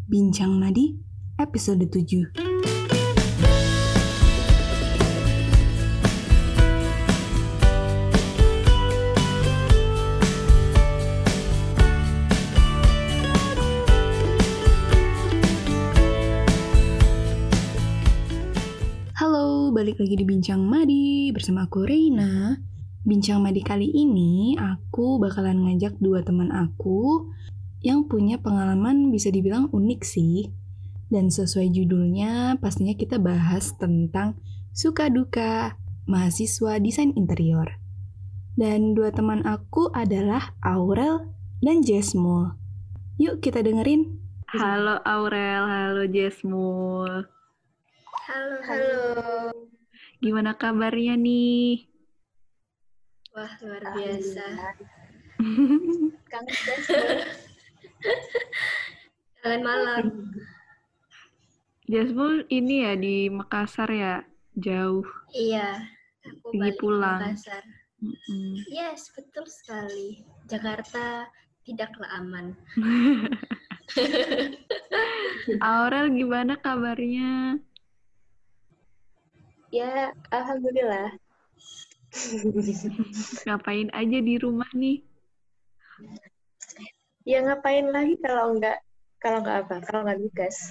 Bincang Madi, episode 7. Halo, balik lagi di Bincang Madi bersama aku Reina. Bincang Madi kali ini aku bakalan ngajak dua teman aku yang punya pengalaman bisa dibilang unik sih. Dan sesuai judulnya, pastinya kita bahas tentang suka duka mahasiswa desain interior. Dan dua teman aku adalah Aurel dan Jesmul. Yuk kita dengerin. Halo Aurel, halo Jesmul. Halo. Gimana kabarnya nih? Wah, luar biasa. Kangen Jesmul. Kalian malam. Jesmul ini ya di Makassar ya, jauh. Iya, aku Pergi balik pulang. ke Makassar. Yes, betul sekali. Jakarta tidaklah aman. Aurel gimana kabarnya? Ya, alhamdulillah. Ngapain aja di rumah nih? Ya ngapain lagi kalau nggak tugas.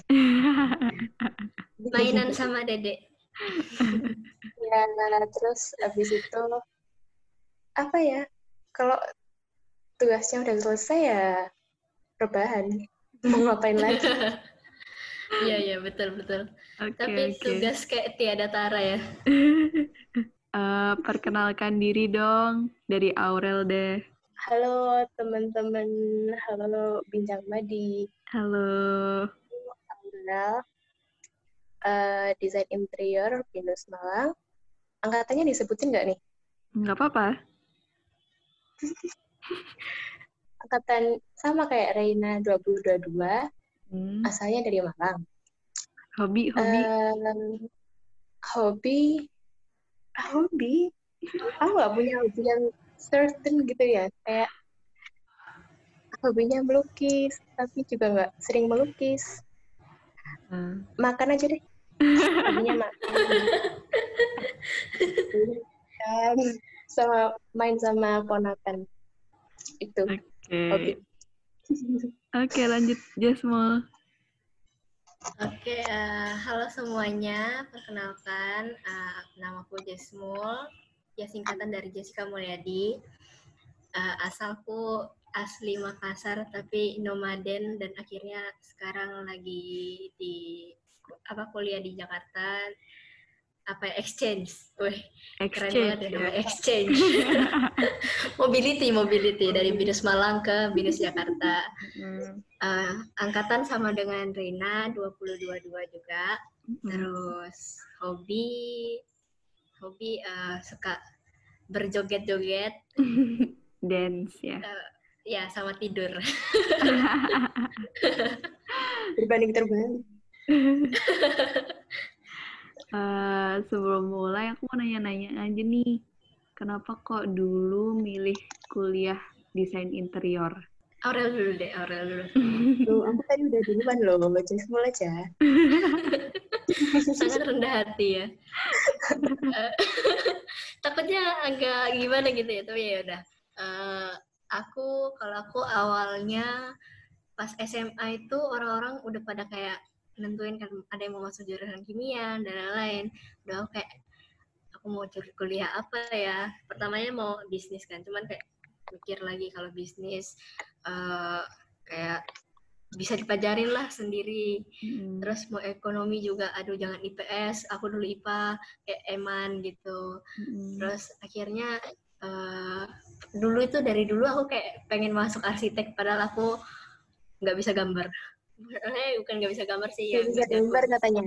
Mainan sama Dedek. Ya, terus abis itu apa ya? Kalau tugasnya udah selesai ya rebahan. Mau ngapain lagi? Iya, betul. Tapi Oke. tugas kayak tiada tara ya. Perkenalkan diri dong, dari Aurel deh. Halo teman-teman, halo Bincang Madi. Halo. Aurel, desain interior Binus Malang. Angkatannya disebutin nggak nih? Nggak apa-apa. Angkatan sama kayak Reina 2022, asalnya dari Malang. Hobi? Hobi, aku nggak punya hobi yang certain gitu ya. Kayak hobinya melukis, tapi juga nggak sering melukis. Makan aja deh. Hobinya makan. Sama main sama ponakan. Itu hobi. Oke, lanjut Jesmul. Oke, halo semuanya. Perkenalkan, namaku Jesmul. Ya, singkatan dari Jessica Mulyadi. Asalku asli Makassar, tapi nomaden dan akhirnya sekarang lagi kuliah di Jakarta. Exchange. Wih, keren banget ya namanya exchange. Mobility dari Binus Malang ke Binus Jakarta. Angkatan sama dengan Reina 2022 juga. Terus hobi suka berjoget-joget, dance ya. Ya, sama tidur. Berbanding terbalik. Sebelum mulai aku mau nanya-nanya aja nih, kenapa kok dulu milih kuliah desain interior? Aurel dulu deh. Loh, aku tadi udah duluan loh, baca semua aja. Sangat rendah hati ya. Takutnya agak gimana gitu ya, tapi ya udah. Kalau aku awalnya pas SMA itu orang-orang udah pada kayak nentuin kan, ada yang mau masuk jurusan kimia dan lain-lain. Udah aku mau kuliah apa ya? Pertamanya mau bisnis kan, cuman kayak mikir lagi kalau bisnis kayak bisa dipelajarin lah sendiri. Terus mau ekonomi juga, aduh jangan IPS, aku dulu IPA kayak Eman gitu. Terus akhirnya dari dulu aku kayak pengen masuk arsitek, padahal aku nggak bisa gambar. Bukan nggak bisa gambar sih ya. Bisa gambar katanya.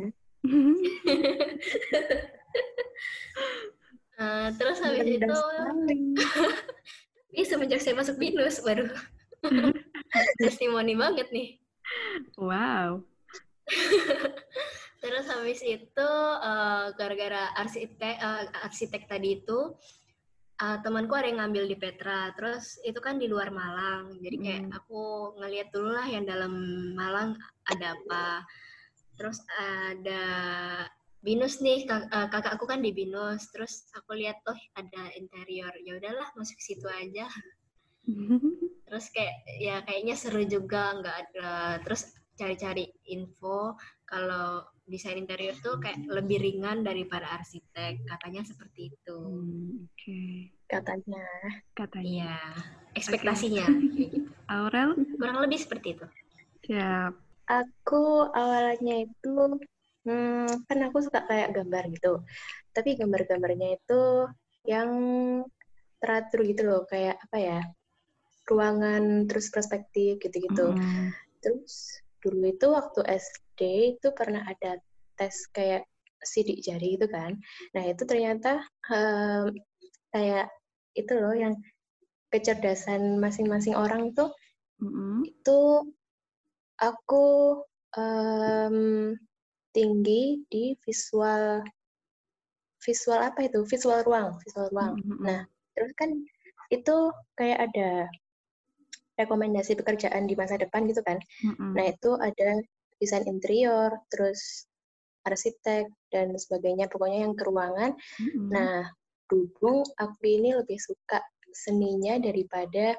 Terus habis itu semenjak saya masuk Binus, waduh. Testimoni banget nih. Wow. Terus habis itu gara-gara arsitek tadi itu, temanku ada yang ngambil di Petra, terus itu kan di luar Malang, jadi kayak aku ngeliat dulu lah yang dalam Malang ada apa. Terus ada Binus nih, kakakku kan di Binus, terus aku lihat ada interior, ya udahlah masuk ke situ aja. Terus kayak ya kayaknya seru juga, nggak ada, terus cari-cari info kalau desain interior tuh kayak lebih ringan daripada arsitek, katanya seperti itu. Oke. Katanya. Iya, ekspektasinya. Okay. Aurel? Kurang lebih seperti itu. Siap. Aku awalnya itu, kan aku suka kayak gambar gitu. Tapi gambar-gambarnya itu yang teratur gitu loh, kayak apa ya, ruangan, terus perspektif gitu-gitu. Terus dulu itu waktu SD itu pernah ada tes kayak sidik jari gitu kan. Nah itu ternyata kayak itu loh yang kecerdasan masing-masing orang tuh itu aku tinggi di visual apa itu? Visual ruang. Nah, terus kan itu kayak ada rekomendasi pekerjaan di masa depan gitu kan. Nah, itu ada desain interior, terus arsitek dan sebagainya, pokoknya yang ke ruangan. Nah, dulu aku ini lebih suka seninya daripada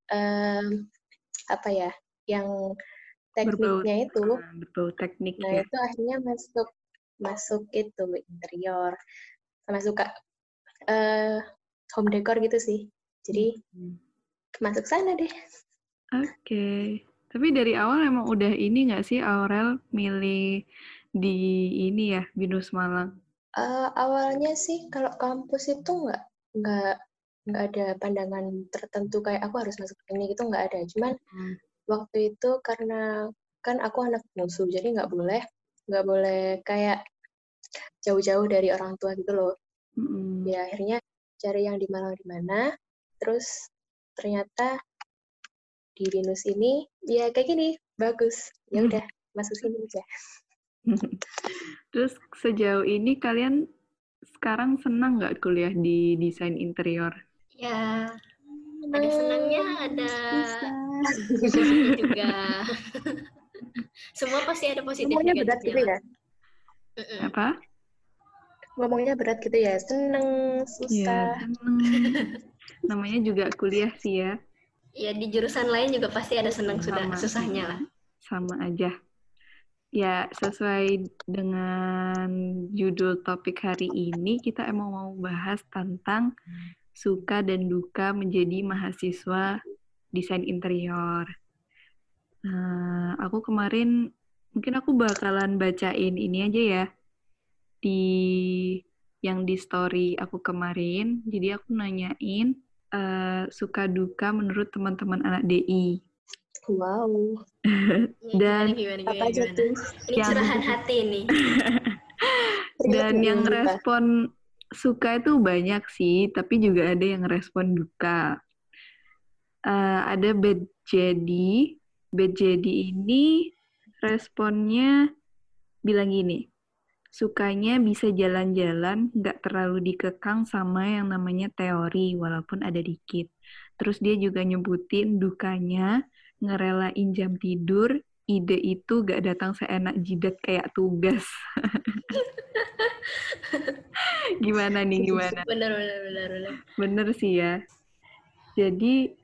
apa ya, yang tekniknya itu. Betul, teknik nah, ya. itu akhirnya masuk itu interior. Sama suka home decor gitu sih. Jadi masuk sana deh. Oke. Tapi dari awal emang udah ini nggak sih Aurel milih di ini ya, Binus Malang? Awalnya sih kalau kampus itu nggak ada pandangan tertentu kayak aku harus masuk ini gitu, nggak ada. Cuman waktu itu karena kan aku anak bungsu, jadi nggak boleh kayak jauh-jauh dari orang tua gitu loh. Ya akhirnya cari yang di Malang di mana, terus ternyata di Binus ini ya kayak gini, bagus. Ya udah masuk sini aja. Terus sejauh ini kalian sekarang senang nggak kuliah di desain interior? Ya, ada senangnya, ada susahnya juga. Semua pasti ada positif Ngomongnya berat gitu ya? Apa? Ngomongnya berat gitu ya? Seneng, susah. Ya, seneng. Namanya juga kuliah sih ya. Ya, di jurusan lain juga pasti ada senang susahnya lah. Sama aja. Ya, sesuai dengan judul topik hari ini, kita emang mau bahas tentang suka dan duka menjadi mahasiswa desain interior. Aku kemarin, mungkin aku bakalan bacain ini aja ya, yang di story aku kemarin. Jadi aku nanyain, suka duka menurut teman-teman anak DI. Wow. Dan gimana? Ini curahan hati nih. Dan yang respon suka itu banyak sih, tapi juga ada yang respon duka. Ada Bad Jadi ini responnya bilang gini, sukanya bisa jalan-jalan, nggak terlalu dikekang sama yang namanya teori, walaupun ada dikit. Terus dia juga nyebutin dukanya, ngerelain jam tidur, ide itu gak datang seenak jidat kayak tugas. Gimana nih, gimana? Bener. Bener sih ya. Jadi,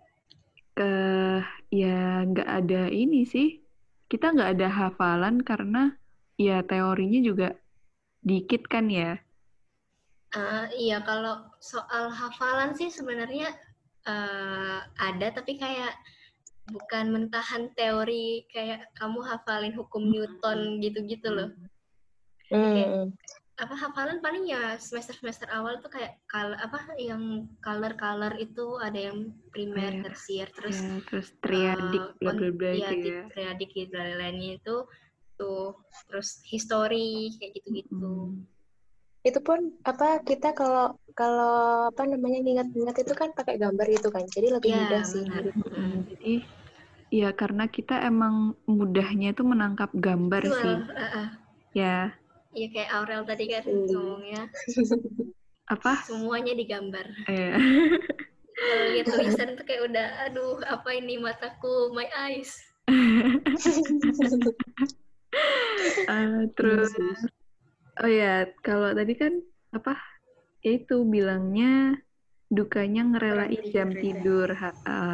ya nggak ada ini sih. Kita nggak ada hafalan karena ya teorinya juga dikit kan ya. Iya, kalau soal hafalan sih sebenarnya ada, tapi kayak bukan mentahan teori kayak kamu hafalin hukum Newton gitu-gitu loh. Kayak, hafalan paling ya semester awal tuh kayak yang color itu ada yang primer, tersier, terus triadik bla bla bla gitu ya. Triadik gitu lainnya itu tuh, terus history kayak gitu-gitu. Itu pun kita kalau ingat itu kan pakai gambar gitu kan, jadi lebih mudah sih. Jadi ya karena kita emang mudahnya itu menangkap gambar sih. Ya. Iya kayak Aurel tadi kan ngomongnya. Apa? Semuanya digambar. Iya. Kalau lihat tulisan tuh kayak udah, aduh, apa ini mataku, my eyes. Terus, Iya sih. oh ya, kalau tadi kan apa? Itu bilangnya dukanya ngerelain Kurang jam tidur. tidur.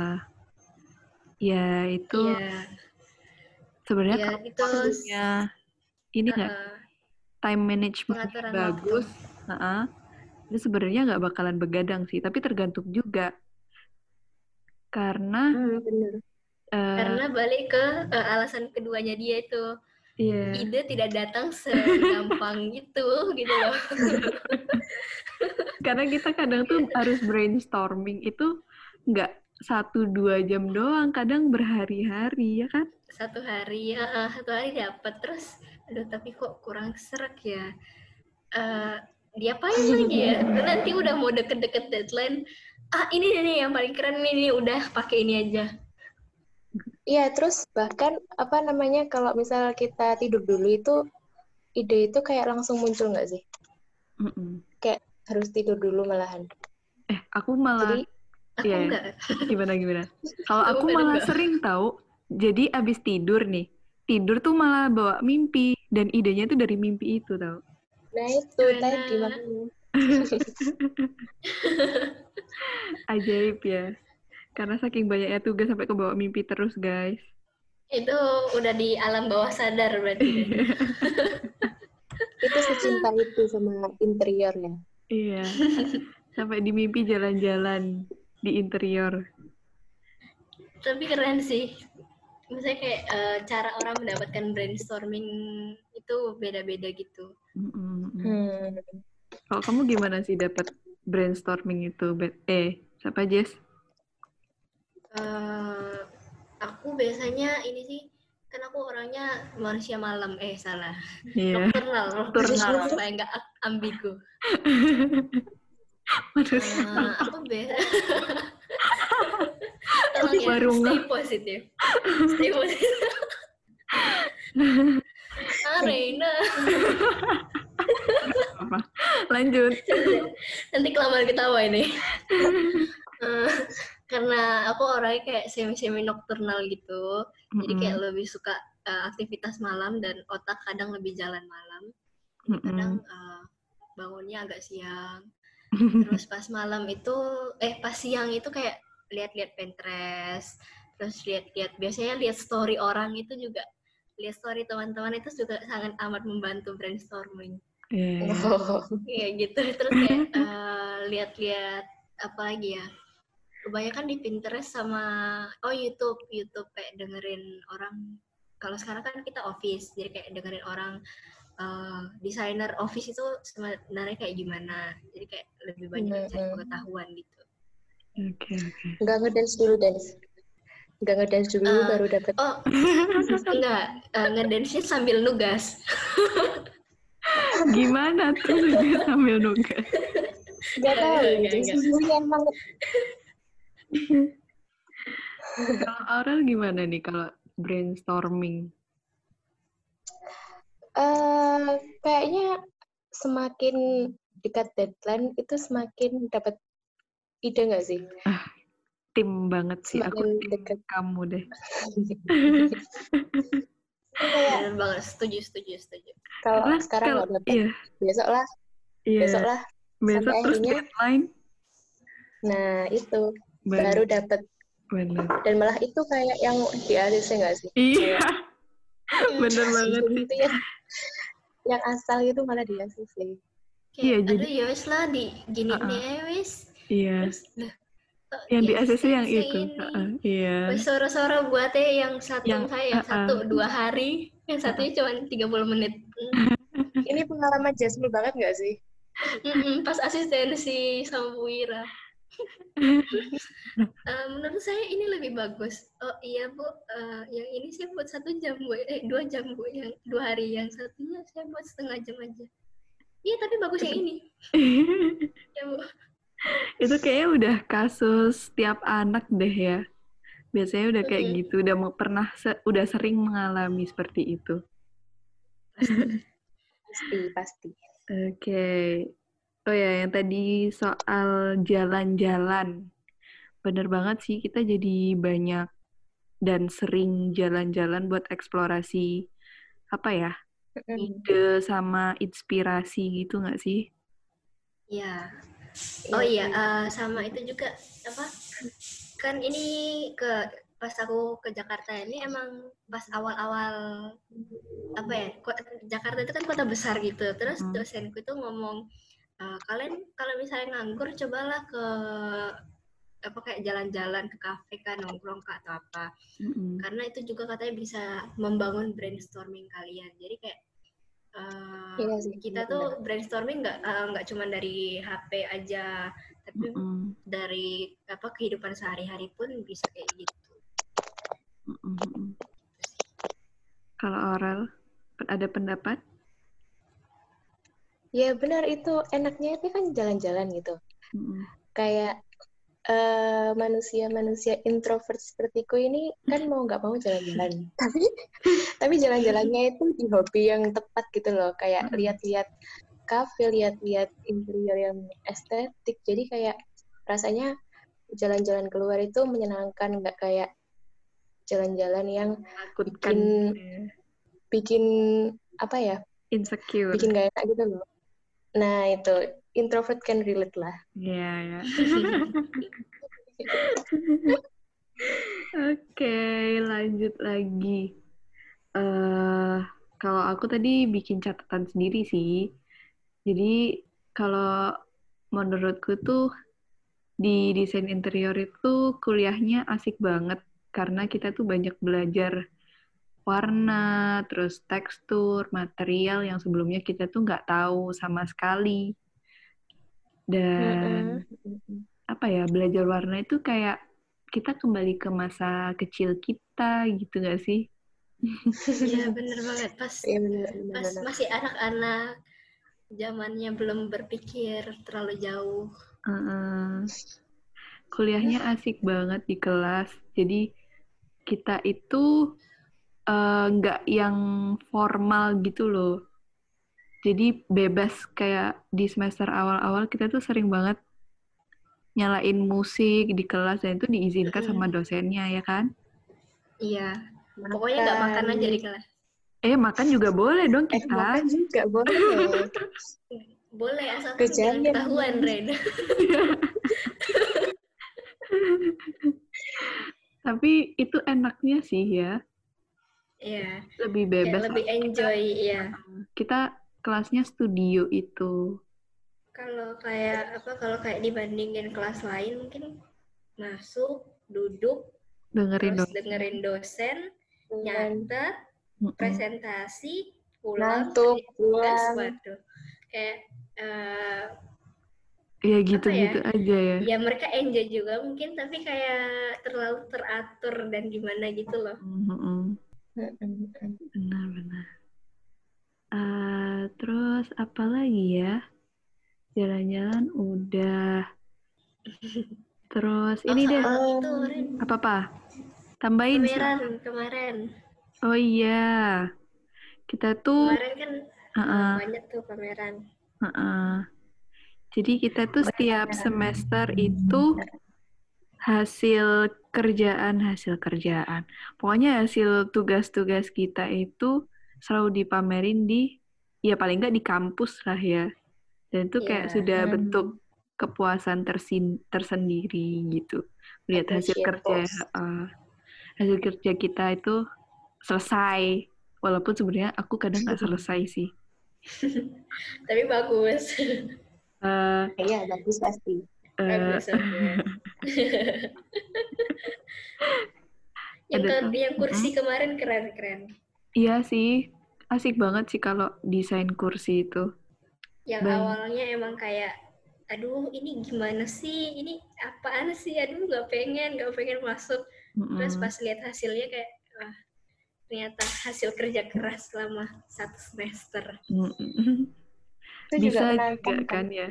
Ya itu Iya, sebenarnya ya kalau itu waktunya ini nggak time management pengaturan bagus, waktu. itu sebenarnya nggak bakalan begadang sih, tapi tergantung juga karena Bener. Karena balik ke alasan keduanya dia itu, iya. ide tidak datang segampang itu gitu loh. Karena kita kadang tuh harus brainstorming itu nggak 1-2 jam doang, kadang berhari-hari ya kan? Satu hari dapat, terus aduh tapi kok kurang serak ya. Diapain lagi ya? Nanti udah mau deket-deket deadline. Ini nih yang paling keren nih udah pakai ini aja. Iya, terus bahkan apa namanya kalau misal kita tidur dulu itu ide itu kayak langsung muncul nggak sih? Kayak harus tidur dulu malahan. Aku malah Jadi aku enggak. Gimana? Kalau aku malah sering tahu. Jadi abis tidur tidur tuh malah bawa mimpi dan idenya tuh dari mimpi itu tau. Nah itu tadi makanya. Ajaib ya. Karena saking banyaknya tugas sampai kebawa mimpi terus guys. Itu udah di alam bawah sadar berarti. Itu secinta itu sama interiornya. Iya. Sampai di mimpi jalan-jalan di interior. Tapi keren sih. Misalnya kayak cara orang mendapatkan brainstorming itu beda-beda gitu. Kalau kamu gimana sih dapat brainstorming itu? Siapa Jess? Aku biasanya ini sih, kan aku orangnya manusia malam. Salah. Iya. Nocturnal. Supaya nggak ambigu. Aku biasa. Tolong ya, stay positif. Reina. Lanjut. Nanti kelamaan ketawa ini. Karena aku orangnya kayak semi nocturnal gitu. Jadi kayak lebih suka aktivitas malam dan otak kadang lebih jalan malam. Jadi kadang bangunnya agak siang. Terus pas malam itu, pas siang itu kayak lihat-lihat Pinterest, terus biasanya lihat story orang itu juga, lihat story teman-teman itu juga sangat amat membantu brainstorming. Iya gitu, terus kayak lihat-lihat apa lagi ya, kebanyakan di Pinterest sama YouTube kayak dengerin orang. Kalau sekarang kan kita office, jadi kayak dengerin orang desainer office itu sebenarnya kayak gimana, jadi kayak lebih banyak cari pengetahuan gitu. Oke. Nggak ngedance dulu baru dapet. Enggak, ngedance-nya sambil nugas. Gimana tuh sambil nugas? Nggak tahu emang. Kalau Aurel gimana nih kalau brainstorming? Kayaknya semakin dekat deadline itu semakin dapat ide nggak sih? Tim banget sih, semakin aku tim dekat. Kamu deh. Benar banget, setuju. Kalau sekarang nggak dapat, besok lah. Besok terus akhirnya, deadline. Nah itu baru dapat. Dan malah itu kayak yang di ACC nggak sih? Iya. Bener banget sih. Itu yang asal itu malah di ACC. Iya, jadi ya wes lah di gini wes. Iya. Yang di ACC yang itu. Iya. Wes soro-soro buatnya yang satu saya yang 1-2 hari, yang satunya cuma 30 menit. Ini pengalaman Jasmine banget nggak sih? Pas asistensi sama Bu Wira. Menurut saya ini lebih bagus. Oh iya Bu, yang ini saya buat 1 jam Bu, 2 jam Bu, yang 2 hari, yang satunya saya buat setengah jam aja. Iya tapi bagus yang ini. Ya Bu. Itu kayaknya udah kasus tiap anak deh ya. Biasanya udah kayak gitu, udah sering mengalami seperti itu. Pasti. Oke. Oh ya, yang tadi soal jalan-jalan. Bener banget sih, kita jadi banyak dan sering jalan-jalan buat eksplorasi apa ya, ide sama inspirasi gitu nggak sih? Iya. Iya, Oh iya, benar. sama itu juga apa? Kan ini pas aku ke Jakarta ini emang pas awal-awal apa ya? Jakarta itu kan kota besar gitu. Terus dosenku itu ngomong, kalian kalau misalnya nganggur cobalah ke apa kayak jalan-jalan ke kafe kan nongkrong kak atau apa. Karena itu juga katanya bisa membangun brainstorming kalian. Jadi kayak Iya sih, kita benar. tuh brainstorming nggak cuma dari HP aja, tapi dari apa kehidupan sehari-hari pun bisa kayak gitu. Kalau Oral ada pendapat? Ya benar, itu enaknya itu kan jalan-jalan gitu. Kayak manusia-manusia introvert sepertiku ini kan mau nggak mau jalan-jalan. Tapi jalan-jalannya itu di hobi yang tepat gitu loh. Kayak lihat-lihat kafe, lihat-lihat interior yang estetik. Jadi kayak rasanya jalan-jalan keluar itu menyenangkan, nggak kayak jalan-jalan yang bikin apa ya? Insecure. Bikin gak enak gitu loh. Nah itu introvert can relate lah. Iya. Oke, lanjut lagi. Kalau aku tadi bikin catatan sendiri sih. Jadi kalau menurutku tuh di desain interior itu kuliahnya asik banget karena kita tuh banyak belajar warna, terus tekstur, material yang sebelumnya kita tuh nggak tahu sama sekali. Dan apa ya, belajar warna itu kayak kita kembali ke masa kecil kita gitu nggak sih? Iya bener banget, pas masih anak-anak zamannya belum berpikir terlalu jauh. Kuliahnya asik banget di kelas, jadi kita itu nggak yang formal gitu loh. Jadi bebas kayak di semester awal-awal kita tuh sering banget nyalain musik di kelas dan itu diizinkan sama dosennya ya kan? Iya, pokoknya nggak makan aja di kelas. Makan juga boleh dong kita. Makan juga boleh. Boleh asalkan jangan ketahuan, Ren. Tapi itu enaknya sih ya. Iya. Lebih bebas. Lebih enjoy, ya. Kita kelasnya studio itu. Kalau kayak dibandingin kelas lain mungkin masuk, duduk, dengerin dosen, nyatet, presentasi, pulang, waduh. Kayak ya gitu-gitu aja ya. Ya mereka enjoy juga mungkin, tapi kayak terlalu teratur dan gimana gitu loh. Benar-benar. Terus apa lagi ya? Jalan-jalan udah. Terus ini deh. Itu, Ren. Apa-apa? Tambahin. Kemarin. Oh iya. Kita tuh kemarin kan banyak tuh pameran. Jadi kita tuh setiap semester itu hasil kerjaan. Pokoknya hasil tugas-tugas kita itu selalu dipamerin ya paling nggak di kampus lah ya. Dan itu kayak sudah bentuk kepuasan tersendiri gitu. Lihat hasil kerja kita itu selesai. Walaupun sebenarnya aku kadang nggak selesai sih. Tapi bagus. Iya, bagus pasti. Yang kursi kemarin keren. Iya sih, asik banget sih kalau desain kursi itu. Yang awalnya emang kayak, aduh ini gimana sih, ini apaan sih, aduh nggak pengen masuk. Terus pas lihat hasilnya kayak, wah ternyata hasil kerja keras selama 1 semester. Bisa juga kan ya.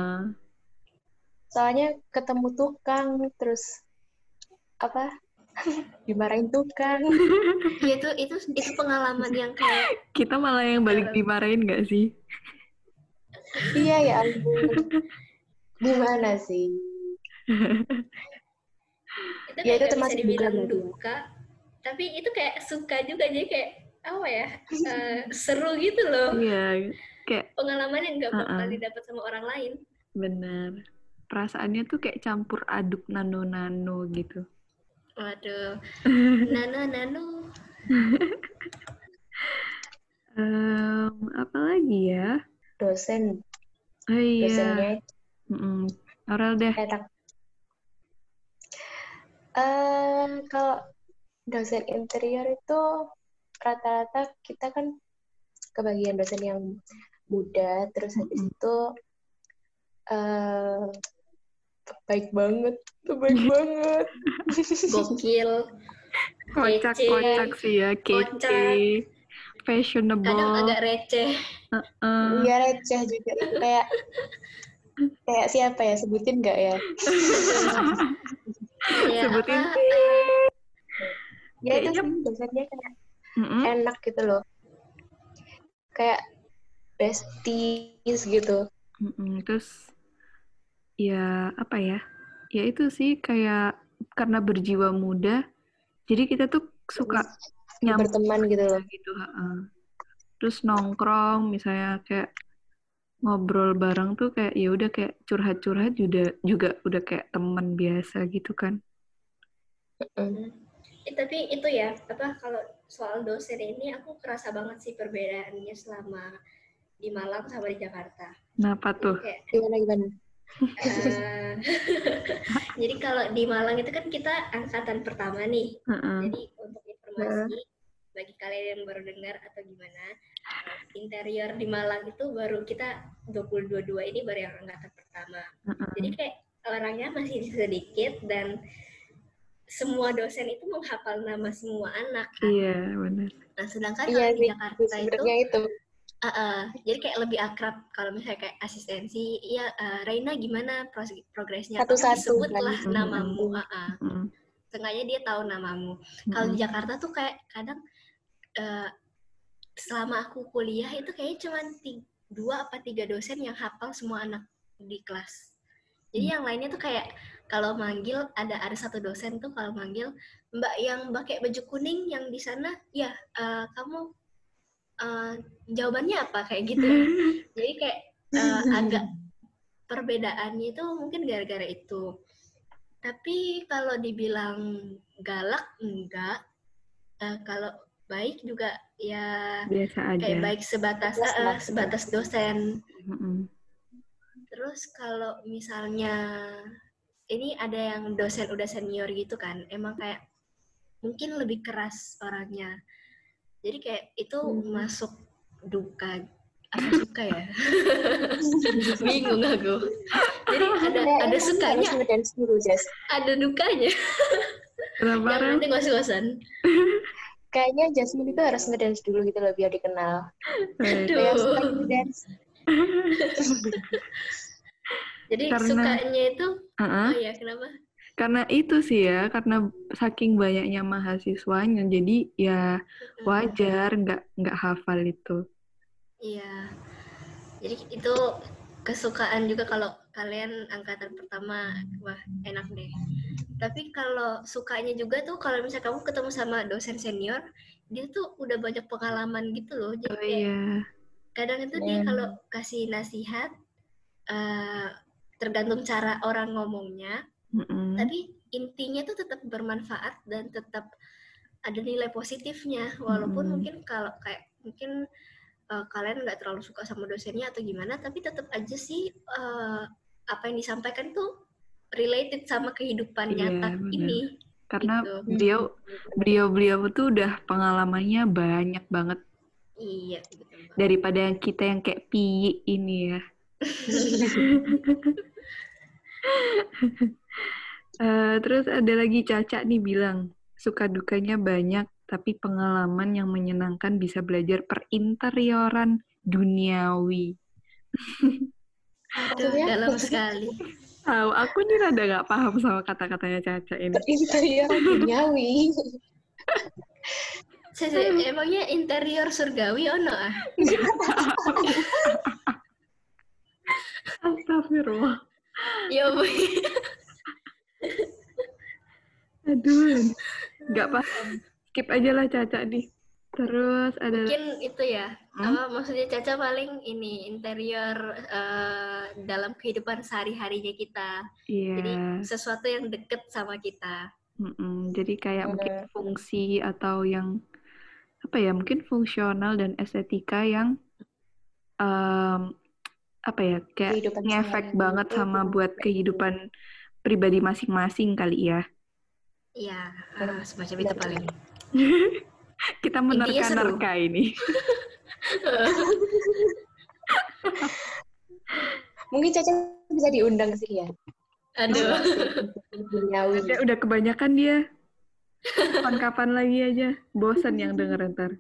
Soalnya ketemu tukang, terus dimarahin tukang. Ya itu pengalaman yang kayak kita malah yang balik dimarahin nggak sih? Iya ya ampun. Gimana sih? Itu Ya kayak itu nggak bisa termasuk duka dibilang berarti ya. duka, tapi itu kayak suka juga, jadi kayak apa ya, seru gitu loh, Iya, kayak pengalaman yang nggak bakal uh-uh, didapat sama orang lain. bener. Perasaannya tuh kayak campur aduk nano-nano gitu. Waduh, nano. Apa lagi ya? Dosen, Oh iya, dosennya Aurel deh. enak. Kalau dosen interior itu rata-rata kita kan kebagian dosen yang muda, terus habis itu baik banget, Gokil, Kocak-kocak sih ya, kocak, kece, fashionable. kadang agak receh. Iya receh juga, kayak siapa ya, sebutin nggak ya? Kayak Sebutin apa? Ya itu sih dosennya kayak enak gitu loh, kayak besties gitu. Terus ya apa ya? Ya itu sih kayak karena berjiwa muda, jadi kita tuh suka nyambung berteman gitu loh. gitu. Terus nongkrong misalnya kayak ngobrol bareng tuh kayak ya udah kayak curhat-curhat juga udah kayak teman biasa gitu kan. Tapi itu ya, apa, kalau soal dosen ini aku kerasa banget sih perbedaannya selama di Malang sama di Jakarta. Kenapa tuh? Kayak, Gimana? Jadi kalau di Malang itu kan kita angkatan pertama nih. Jadi untuk informasi bagi kalian yang baru dengar atau gimana, interior di Malang itu baru kita 2022 ini baru yang angkatan pertama. Jadi kayak orangnya masih sedikit dan semua dosen itu menghafal nama semua anak kan. Iya, benar. Nah, sedangkan kalau di Jakarta itu jadi kayak lebih akrab. Kalau misalnya kayak asistensi, ya Reina gimana progresnya? Satu-satu sebutlah kan. namamu. Setengahnya dia tahu namamu. Kalau di Jakarta tuh kayak kadang selama aku kuliah itu kayaknya cuma 2-3 dosen yang hafal semua anak di kelas. Jadi yang lainnya tuh kayak kalau manggil ada satu dosen tuh kalau manggil Mbak yang pakai baju kuning yang di sana, ya kamu jawabannya apa kayak gitu. Jadi kayak agak perbedaannya itu mungkin gara-gara itu. Tapi kalau dibilang galak enggak, kalau baik juga ya biasa aja. Kayak baik sebatas dosen. Terus kalau misalnya ini ada yang dosen udah senior gitu kan, emang kayak mungkin lebih keras orangnya. Jadi kayak itu masuk duka apa suka ya? Bingung aku. Jadi ada sukanya, ada dukanya. Kenapa? Yang nanti ngos-ngosan. Kayaknya Jasmine itu harus ngedance dulu gitu loh biar dikenal. Aduh. Jadi sukanya itu, oh ya kenapa? Karena itu sih ya, karena saking banyaknya mahasiswanya, jadi ya wajar nggak hafal itu. Iya, jadi itu kesukaan juga kalau kalian angkatan pertama, wah enak deh. Tapi kalau sukanya juga tuh kalau misalnya kamu ketemu sama dosen senior, dia tuh udah banyak pengalaman gitu loh. Jadi kayak kadang itu dia kalau kasih nasihat, tergantung cara orang ngomongnya, tapi intinya tuh tetap bermanfaat dan tetap ada nilai positifnya. Walaupun mungkin kalau kayak mungkin kalian nggak terlalu suka sama dosennya atau gimana, tapi tetap aja sih apa yang disampaikan tuh related sama kehidupan nyata ini. Karena gitu. beliau tuh udah pengalamannya banyak banget. Iya, betul. Daripada kita yang kayak piye ini ya. Terus ada lagi Caca nih bilang, suka dukanya banyak, tapi pengalaman yang menyenangkan bisa belajar perinterioran duniawi. Aduh, dalam sekali. Tahu, aku nih rada gak paham sama kata-katanya Caca ini. Interior duniawi. Emangnya interior surgawi ono ah? Astagfirullah. Ya boy. Aduh, nggak paham. Skip aja lah Caca nih. Terus ada Mungkin itu ya. Apa maksudnya Caca paling ini interior dalam kehidupan sehari-harinya kita. Iya. Jadi sesuatu yang deket sama kita. Jadi kayak mungkin fungsi atau yang apa ya, mungkin fungsional dan estetika yang apa ya, kayak Kehidupan ngefek sehari-hari banget itu sama kita buat pakai. kehidupan pribadi masing-masing kali ya. Iya, semacam itu Benar. paling. Kita Intinya seru. menerka-nerka ini. Mungkin Caca bisa diundang sih ya. Aduh. Duniawi. Udah kebanyakan dia. Kapan-kapan lagi aja. Bosan yang denger ntar.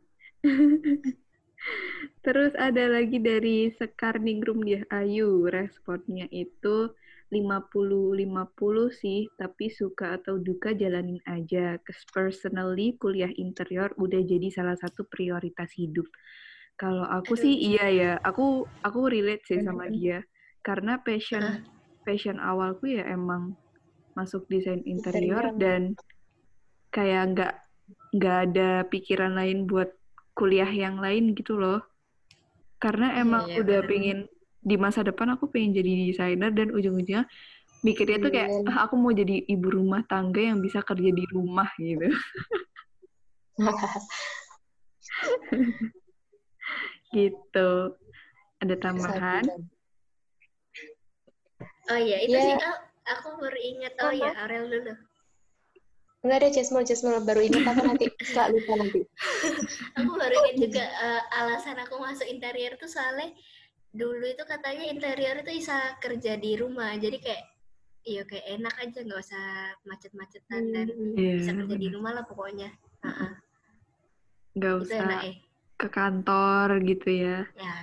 Terus ada lagi dari Sekar Ningrum dia, Ayu. Responnya itu 50-50 sih, tapi suka atau duka jalanin aja. Cause personally, kuliah interior udah jadi salah satu prioritas hidup. Kalau aku sih iya ya, aku relate sih sama dia. Karena passion awalku ya emang masuk desain interior dan kayak nggak ada pikiran lain buat kuliah yang lain gitu loh. Karena emang udah pengen di masa depan aku pengen jadi desainer dan ujung-ujungnya mikirnya tuh kayak aku mau jadi ibu rumah tangga yang bisa kerja di rumah gitu. Gitu. Ada tambahan? Oh iya, itu sih aku baru ingat. Oh iya, Aurel dulu. Enggak ada Jasmine baru ingat apa nanti nggak lupa nanti. Aku baru ingat juga alasan aku masuk interior tuh soalnya dulu itu katanya interior itu bisa kerja di rumah, jadi kayak iya kayak enak aja, nggak usah macet-macetan dan bisa kerja di rumah lah pokoknya. Nggak usah ke kantor gitu ya. Ya.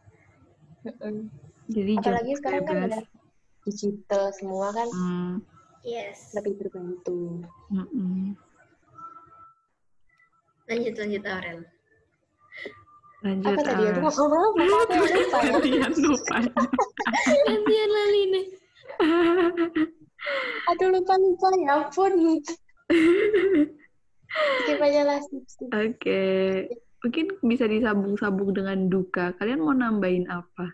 Jadi apalagi sekarang bebas. Kan ada digital semua kan. Yes. Lebih berbantu. Lanjut Aurel. Lanjut. Apa tadi aku ngomong apa? Lupa. Gantian lali nih. Aduh lupa ya ampun. Gimana lah. Oke. Mungkin bisa disambung-sambung dengan duka. Kalian mau nambahin apa?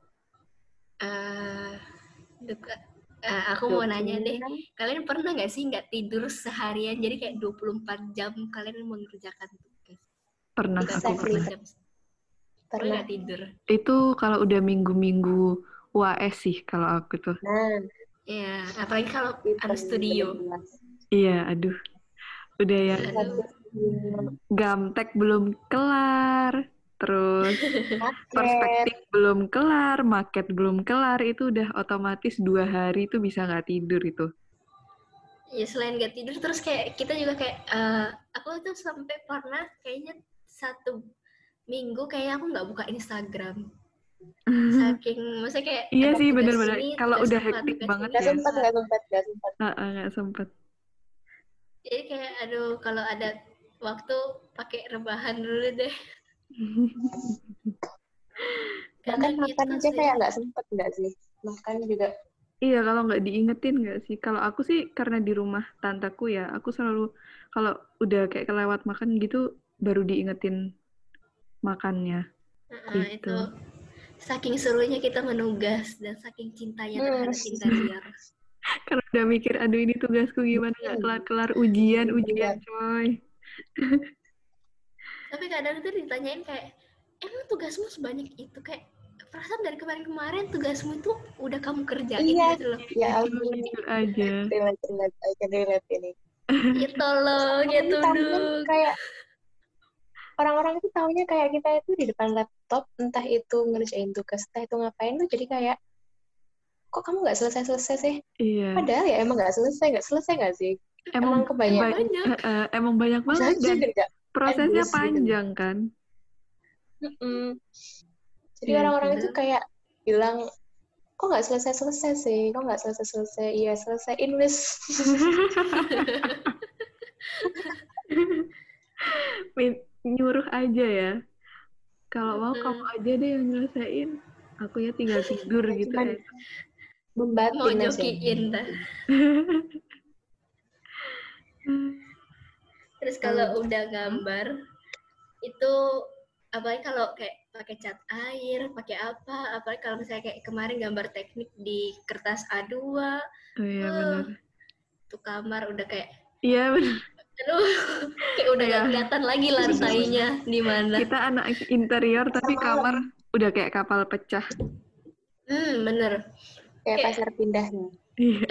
Duka. Aku mau nanya deh, kalian pernah nggak sih nggak tidur seharian, jadi kayak 24 jam kalian mengerjakan tugas? Pernah, aku pernah. Pernah nggak tidur? Itu kalau udah minggu-minggu UAS sih kalau aku tuh. Iya, apalagi kalau ada studio. Iya, aduh. Udah ya. Gamtek belum kelar. Terus perspektif belum kelar, maket belum kelar, itu udah otomatis 2 hari itu bisa nggak tidur itu. Ya selain nggak tidur, terus kayak kita juga kayak, aku tuh sampai pernah kayaknya 1 minggu kayak aku nggak buka Instagram. Saking, maksudnya kayak iya sih benar-benar. Kalau udah hektik banget ya. Nggak sempat. Jadi kayak aduh kalau ada waktu pakai rebahan dulu deh. Bahkan makan aja kayak nggak sempet nggak sih? Makan juga. Iya, kalau nggak diingetin nggak sih? Kalau aku sih karena di rumah tanteku ya, aku selalu kalau udah kayak kelewat makan gitu, baru diingetin makannya. Itu saking serunya kita menugas dan saking cintanya terhadap interior. Kalau udah mikir, aduh ini tugasku gimana nggak kelar-kelar ujian coy. Tapi kadang itu ditanyain kayak, emang tugasmu sebanyak itu? Kayak, perasaan dari kemarin-kemarin tugasmu itu udah kamu kerjain gitu loh. Ya ampun. aja. Relate ini. Ya tolong, ya tunduk. Kayak orang-orang itu taunya kayak kita itu di depan laptop, entah itu ngerjain tugas, entah itu ngapain tuh jadi kayak, kok kamu nggak selesai sih? Iya. Padahal ya emang nggak selesai nggak sih? Emang kebanyakan. Emang banyak banget dan prosesnya panjang kan. Jadi orang-orang itu kayak bilang, kok nggak selesai sih? Kok nggak selesai? Iya selesaiin wis. Nyuruh aja ya. Kalau mau kamu aja deh yang nyelesain. Aku ya tinggal tidur gitu. Cuman Mau membatin aja. jokiin dah. Terus kalau udah gambar itu apalagi kalau kayak pakai cat air, pakai apa, apalagi kalau misalnya kayak kemarin gambar teknik di kertas A2. Oh iya benar. Tuh kamar udah kayak Iya benar. aduh, kayak udah Iya. gak kelihatan lagi lantainya di mana. Kita anak interior tapi kamar udah kayak kapal pecah. Bener. Kayak pasar pindahnya. Iya.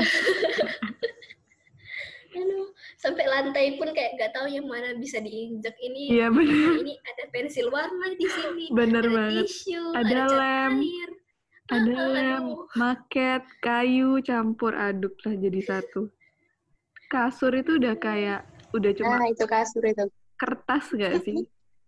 Aduh, sampai lantai pun kayak gak tahu yang mana bisa diinjak ini. Iya benar. Ini ada pensil warna di sini, Bener ada banget. tisu, Ada ada cat lem. air. Ada Aduh. lem, maket, kayu campur aduk lah jadi satu. Kasur itu udah kayak udah cuma Nah, itu kasur itu. kertas gak sih?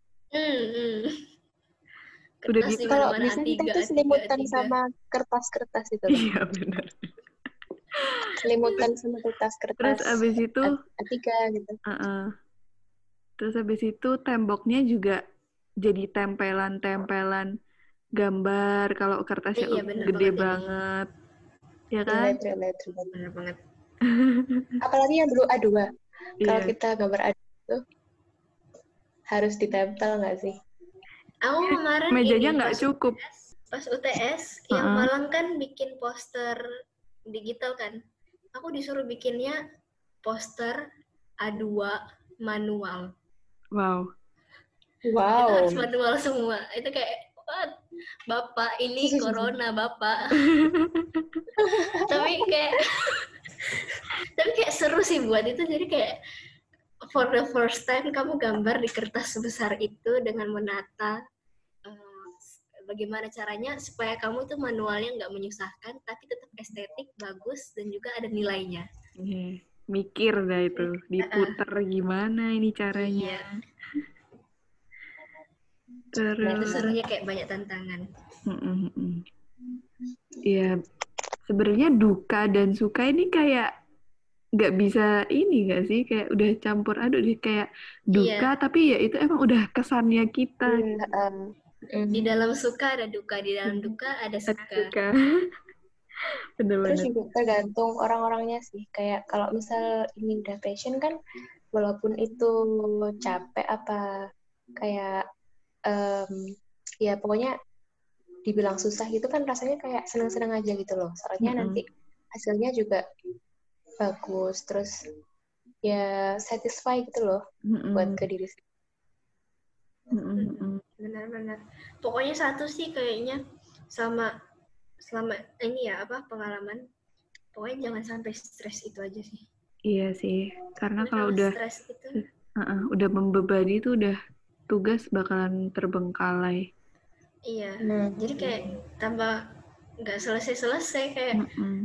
Udah Kertas gitu. di Kalau mana-mana bisa kita A3, tuh selimutan A3. sama kertas-kertas itu. Iya benar. Selimutan sama kertas-kertas. Terus abis itu, A3 gitu. terus abis itu temboknya juga jadi tempelan-tempelan gambar. Kalau kertasnya Iya, bener gede banget banget, ya kan? Letter. Bener banget. Apalagi yang dulu A2. Kalau Iya. kita gambar A2 itu harus ditempel nggak sih? Aku kemarin Mejanya ini nggak cukup. pas UTS yang Malang kan bikin poster digital kan. Aku disuruh bikinnya poster A2 manual. Wow. Itu harus manual semua. Itu kayak what? Bapak ini corona Bapak. tapi kayak seru sih buat itu, jadi kayak for the first time kamu gambar di kertas sebesar itu dengan menata bagaimana caranya supaya kamu tuh manualnya nggak menyusahkan tapi tetap estetik, bagus, dan juga ada nilainya. Mikir dah itu, diputer gimana ini caranya. Terus itu serunya kayak banyak tantangan. Iya, sebenarnya duka dan suka ini kayak nggak bisa ini nggak sih, kayak udah campur aduk deh, kayak duka tapi ya itu emang udah kesannya kita. Di dalam suka ada duka, di dalam duka ada suka. Bener-bener. Terus juga tergantung orang-orangnya sih. Kayak kalau misal ini udah passion kan, walaupun itu capek apa kayak ya pokoknya dibilang susah gitu kan rasanya kayak seneng-seneng aja gitu loh. Soalnya nanti hasilnya juga bagus, terus ya satisfy gitu loh buat ke diri sendiri. Benar-benar. Pokoknya satu sih kayaknya selama ini ya pengalaman. Pokoknya jangan sampai stres itu aja sih. Iya sih, karena kalau udah stres itu, udah membebani itu udah tugas bakalan terbengkalai. Iya. Jadi kayak tambah nggak selesai kayak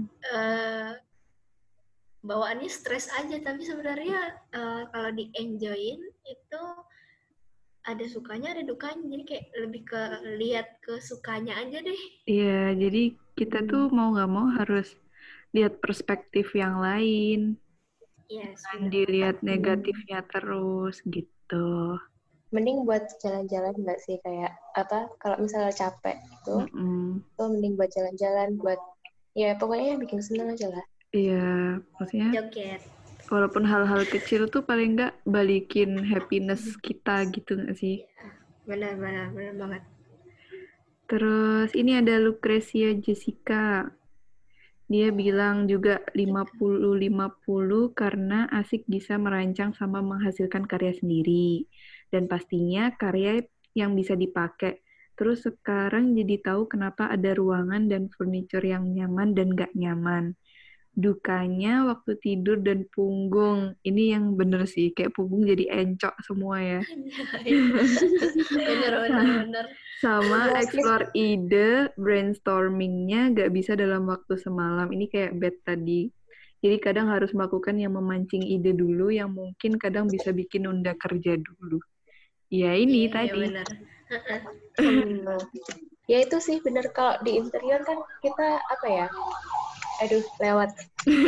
bawaannya stres aja, tapi sebenarnya kalau di enjoyin itu ada sukanya ada dukanya, jadi kayak lebih ke lihat ke sukanya aja deh. Iya, jadi kita tuh mau nggak mau harus lihat perspektif yang lain. Yes, jangan dilihat negatifnya terus gitu. Mending buat jalan-jalan nggak sih, kayak kalau misalnya capek itu mending buat jalan-jalan, buat ya pokoknya bikin seneng aja lah. Iya, maksudnya joget. Walaupun hal-hal kecil tuh paling nggak balikin happiness kita gitu nggak sih? Benar banget. Terus ini ada Lucrecia Jessica. Dia bilang juga 50-50 karena asik bisa merancang sama menghasilkan karya sendiri. Dan pastinya karya yang bisa dipakai. Terus sekarang jadi tahu kenapa ada ruangan dan furniture yang nyaman dan nggak nyaman. Dukanya waktu tidur dan punggung. Ini yang bener sih, kayak punggung jadi encok semua ya. Bener. Sama explore ide, brainstormingnya gak bisa dalam waktu semalam. Ini kayak bed tadi. Jadi kadang harus melakukan yang memancing ide dulu, yang mungkin kadang bisa bikin nunda kerja dulu. Ya ini tadi. Iya bener. Ya itu sih bener, kalau di interior kan kita lewat.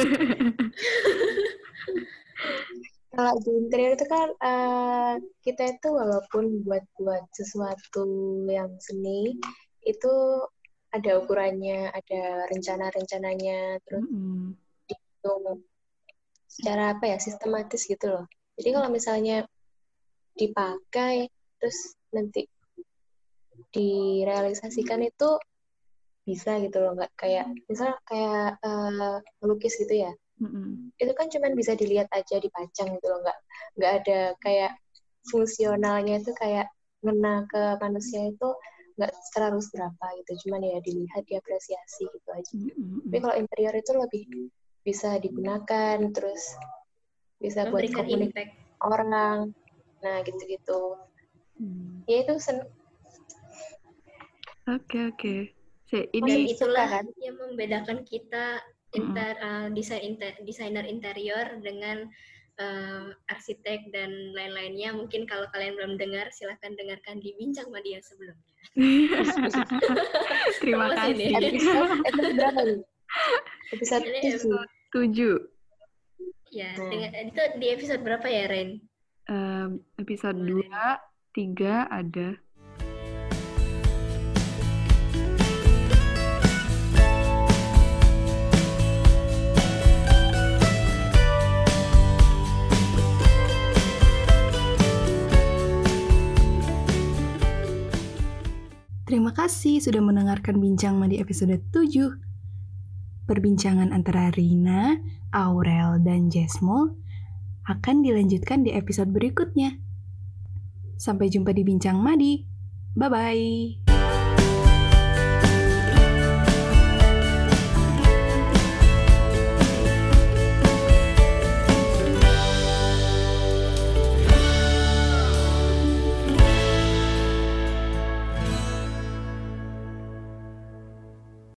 Kalau di interior itu kan kita itu walaupun buat sesuatu yang seni itu ada ukurannya, ada rencana-rencananya, terus dihitung secara apa ya, sistematis gitu loh. Jadi kalau misalnya dipakai terus nanti direalisasikan itu bisa gitu loh, nggak kayak misal kayak melukis gitu ya. Itu kan cuman bisa dilihat aja, dipajang gitu loh, nggak ada kayak fungsionalnya itu kayak ngena ke manusia itu nggak terlalu seberapa gitu, cuman ya dilihat, diapresiasi gitu aja. Tapi kalau interior itu lebih bisa digunakan, terus bisa buat Memberikan komunikasi impact. orang, nah gitu-gitu. Ya itu Oke. Dan Ini itulah kan? yang membedakan kita desainer interior dengan arsitek dan lain-lainnya. Mungkin kalau kalian belum dengar, silahkan dengarkan di Bincang Madi yang sebelumnya. Terima Promosi kasih. nih. Episode berapa nih? Episode Ini 7. Ya, itu di episode berapa ya, Ren? Episode 2, 3 ada. Terima kasih sudah mendengarkan Bincang Madi episode 7. Perbincangan antara Rina, Aurel, dan Jesmo akan dilanjutkan di episode berikutnya. Sampai jumpa di Bincang Madi. Bye-bye.